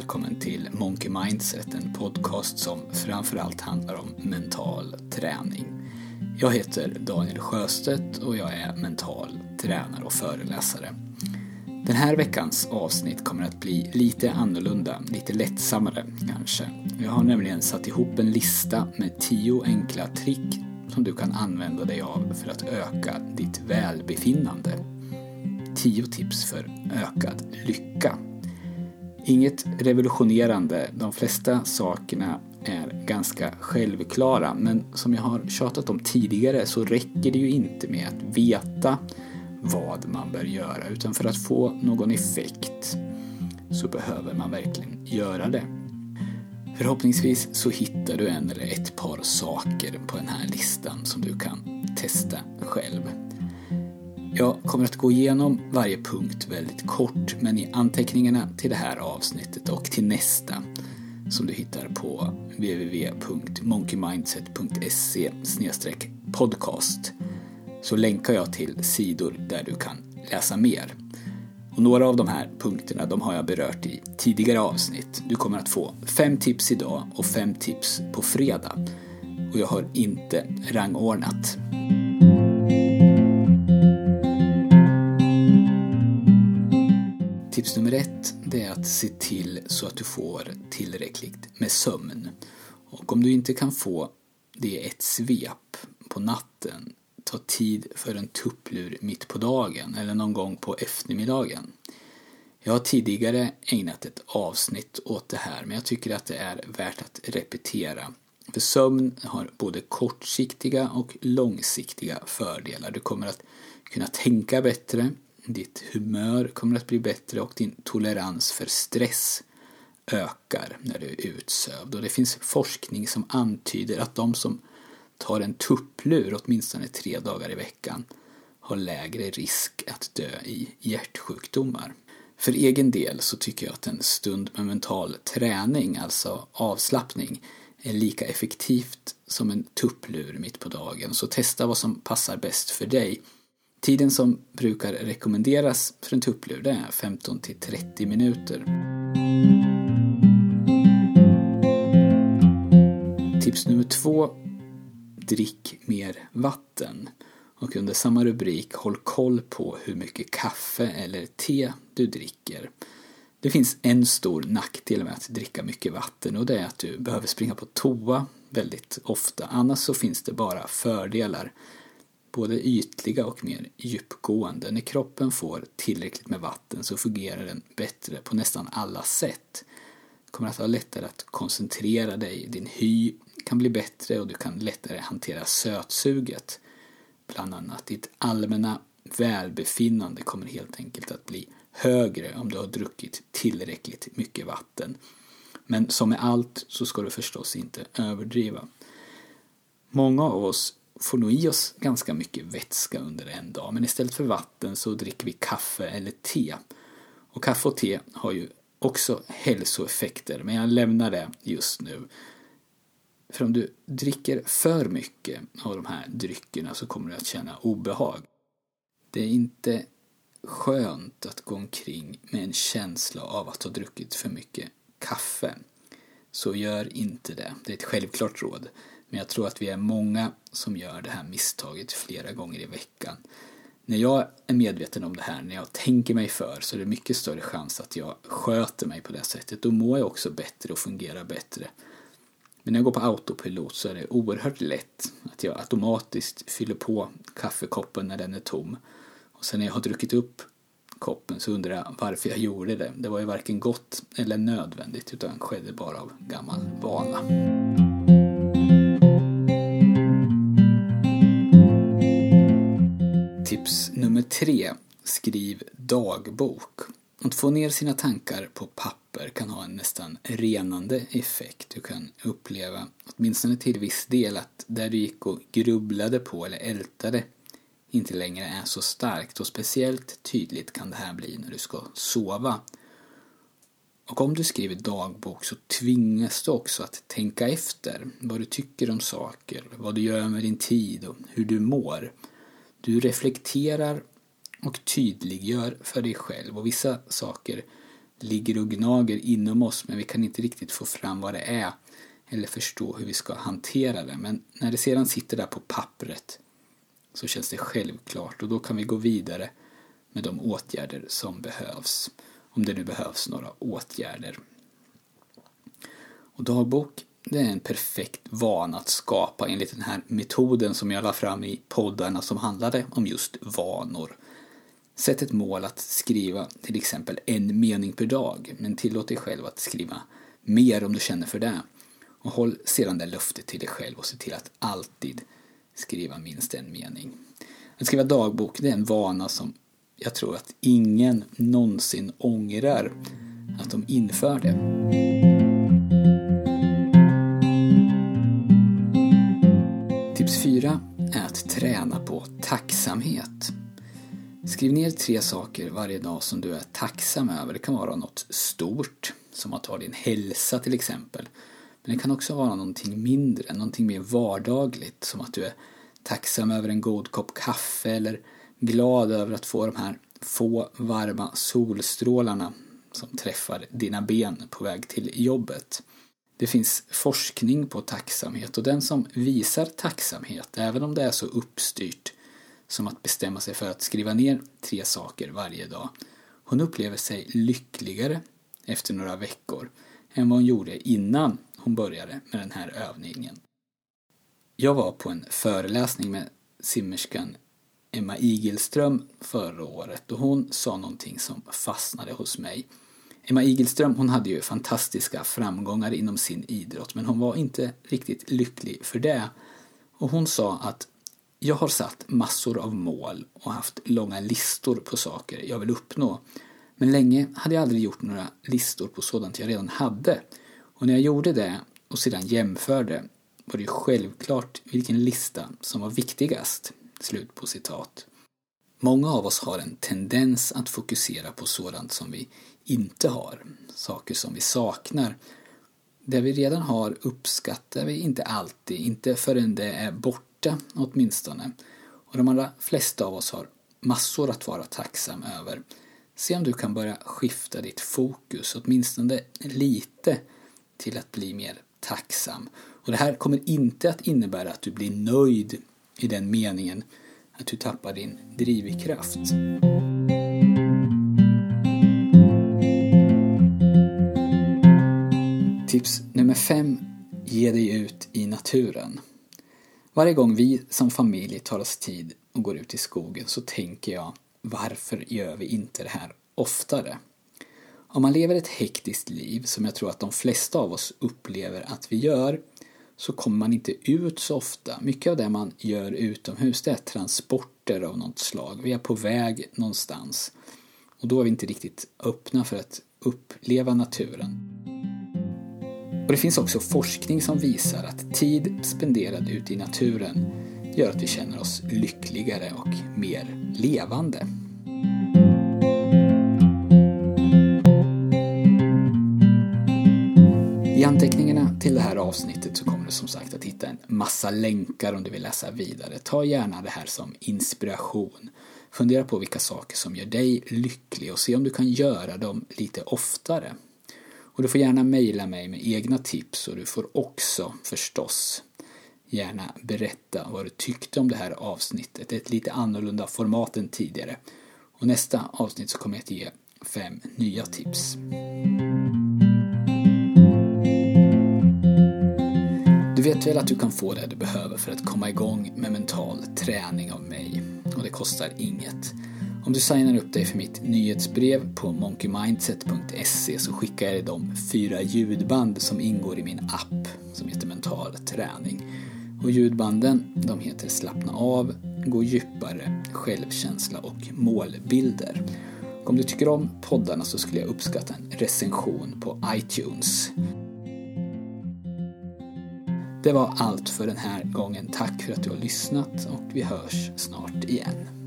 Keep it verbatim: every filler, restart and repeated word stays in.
välkommen till Monkey Mindset, en podcast som framförallt handlar om mental träning. Jag heter Daniel Sjöstedt och jag är mental tränare och föreläsare. Den här veckans avsnitt kommer att bli lite annorlunda, lite lättsammare kanske. Jag har nämligen satt ihop en lista med tio enkla trick som du kan använda dig av för att öka ditt välbefinnande. Tio tips för ökad lycka. Inget revolutionerande, de flesta sakerna är ganska självklara, men som jag har tjatat om tidigare så räcker det ju inte med att veta vad man bör göra, utan för att få någon effekt så behöver man verkligen göra det. Förhoppningsvis så hittar du en eller ett par saker på den här listan som du kan testa själv. Jag kommer att gå igenom varje punkt väldigt kort, men i anteckningarna till det här avsnittet och till nästa som du hittar på w w w punkt monkey mindset punkt se slash podcast så länkar jag till sidor där du kan läsa mer. Och några av de här punkterna de har jag berört i tidigare avsnitt. Du kommer att få fem tips idag och fem tips på fredag. Och jag har inte rangordnat. Tips nummer ett, det är att se till så att du får tillräckligt med sömn. Och om du inte kan få det i ett svep på natten, ta tid för en tupplur mitt på dagen eller någon gång på eftermiddagen. Jag har tidigare ägnat ett avsnitt åt det här, men jag tycker att det är värt att repetera. För sömn har både kortsiktiga och långsiktiga fördelar. Du kommer att kunna tänka bättre. Ditt humör kommer att bli bättre och din tolerans för stress ökar när du är utsövd. Och det finns forskning som antyder att de som tar en tupplur åtminstone tre dagar i veckan har lägre risk att dö i hjärtsjukdomar. För egen del så tycker jag att en stund med mental träning, alltså avslappning, är lika effektivt som en tupplur mitt på dagen. Så testa vad som passar bäst för dig. Tiden som brukar rekommenderas för en tupplur det är femton till trettio minuter. Tips nummer två. Drick mer vatten. Och under samma rubrik, håll koll på hur mycket kaffe eller te du dricker. Det finns en stor nackdel med att dricka mycket vatten och det är att du behöver springa på toa väldigt ofta. Annars så finns det bara fördelar. Både ytliga och mer djupgående. När kroppen får tillräckligt med vatten så fungerar den bättre på nästan alla sätt. Du kommer att ha lättare att koncentrera dig. Din hy kan bli bättre och du kan lättare hantera sötsuget. Bland annat ditt allmänna välbefinnande kommer helt enkelt att bli högre om du har druckit tillräckligt mycket vatten. Men som med allt så ska du förstås inte överdriva. Många av oss får nog i oss ganska mycket vätska under en dag, men istället för vatten så dricker vi kaffe eller te. Och kaffe och te har ju också hälsoeffekter, men jag lämnar det just nu. För om du dricker för mycket av de här dryckerna så kommer du att känna obehag. Det är inte skönt att gå omkring med en känsla av att ha druckit för mycket kaffe. Så gör inte det. Det är ett självklart råd. Men jag tror att vi är många som gör det här misstaget flera gånger i veckan. När jag är medveten om det här, när jag tänker mig för, så är det mycket större chans att jag sköter mig på det sättet. Då mår jag också bättre och fungerar bättre. Men när jag går på autopilot så är det oerhört lätt att jag automatiskt fyller på kaffekoppen när den är tom. Och sen när jag har druckit upp koppen så undrar jag varför jag gjorde det. Det var ju varken gott eller nödvändigt utan skedde bara av gammal vana. Tips nummer tre. Skriv dagbok. Att få ner sina tankar på papper kan ha en nästan renande effekt. Du kan uppleva, åtminstone till viss del, att där du gick och grubblade på eller ältade inte längre är så starkt. Och speciellt tydligt kan det här bli när du ska sova. Och om du skriver dagbok så tvingas du också att tänka efter vad du tycker om saker, vad du gör med din tid och hur du mår. Du reflekterar och tydliggör för dig själv, och vissa saker ligger och gnager inom oss, men vi kan inte riktigt få fram vad det är eller förstå hur vi ska hantera det. Men när det sedan sitter där på pappret så känns det självklart, och då kan vi gå vidare med de åtgärder som behövs, om det nu behövs några åtgärder. Och dagbok, det är en perfekt vana att skapa enligt den här metoden som jag la fram i poddarna som handlade om just vanor. Sätt ett mål att skriva till exempel en mening per dag, men tillåt dig själv att skriva mer om du känner för det. Och håll sedan det löftet till dig själv och se till att alltid skriva minst en mening. Att skriva dagbok, det är en vana som jag tror att ingen någonsin ångrar att de införde. Tips fyra är att träna på tacksamhet. Skriv ner tre saker varje dag som du är tacksam över. Det kan vara något stort, som att ha din hälsa till exempel. Men det kan också vara någonting mindre, någonting mer vardagligt, som att du är tacksam över en god kopp kaffe eller glad över att få de här få varma solstrålarna som träffar dina ben på väg till jobbet. Det finns forskning på tacksamhet, och den som visar tacksamhet, även om det är så uppstyrt som att bestämma sig för att skriva ner tre saker varje dag, hon upplever sig lyckligare efter några veckor än vad hon gjorde innan hon började med den här övningen. Jag var på en föreläsning med simmerskan Emma Igelström förra året, och hon sa någonting som fastnade hos mig. Emma Igelström, hon hade ju fantastiska framgångar inom sin idrott, men hon var inte riktigt lycklig för det. Och hon sa att jag har satt massor av mål och haft långa listor på saker jag vill uppnå. Men länge hade jag aldrig gjort några listor på sådant jag redan hade. Och när jag gjorde det och sedan jämförde var det ju självklart vilken lista som var viktigast. Slut på citat. Många av oss har en tendens att fokusera på sådant som vi inte har. Saker som vi saknar. Det vi redan har uppskattar vi inte alltid, inte förrän det är borta åtminstone. Och de allra flesta av oss har massor att vara tacksam över. Se om du kan börja skifta ditt fokus åtminstone lite till att bli mer tacksam. Och det här kommer inte att innebära att du blir nöjd i den meningen att du tappar din drivkraft. Tips nummer fem. Ge dig ut i naturen. Varje gång vi som familj tar oss tid och går ut i skogen så tänker jag, varför gör vi inte det här oftare? Om man lever ett hektiskt liv, som jag tror att de flesta av oss upplever att vi gör, så kommer man inte ut så ofta. Mycket av det man gör utomhus, det är transporter av något slag. Vi är på väg någonstans. Och då är vi inte riktigt öppna för att uppleva naturen. Och det finns också forskning som visar att tid spenderad ute i naturen gör att vi känner oss lyckligare och mer levande. I anteckningarna till det här avsnittet så kommer du som sagt att hitta en massa länkar om du vill läsa vidare. Ta gärna det här som inspiration. Fundera på vilka saker som gör dig lycklig och se om du kan göra dem lite oftare. Och du får gärna mejla mig med egna tips, och du får också förstås gärna berätta vad du tyckte om det här avsnittet. Det är ett lite annorlunda format än tidigare. Och nästa avsnitt så kommer jag att ge fem nya tips. Du vet väl att du kan få det du behöver för att komma igång med mental träning av mig. Och det kostar inget. Om du signar upp dig för mitt nyhetsbrev på monkey mindset punkt se så skickar jag dig de fyra ljudband som ingår i min app som heter mental träning. Och ljudbanden, de heter Slappna av, Gå djupare, Självkänsla och Målbilder. Och om du tycker om poddarna så skulle jag uppskatta en recension på iTunes. Det var allt för den här gången. Tack för att du har lyssnat, och vi hörs snart igen.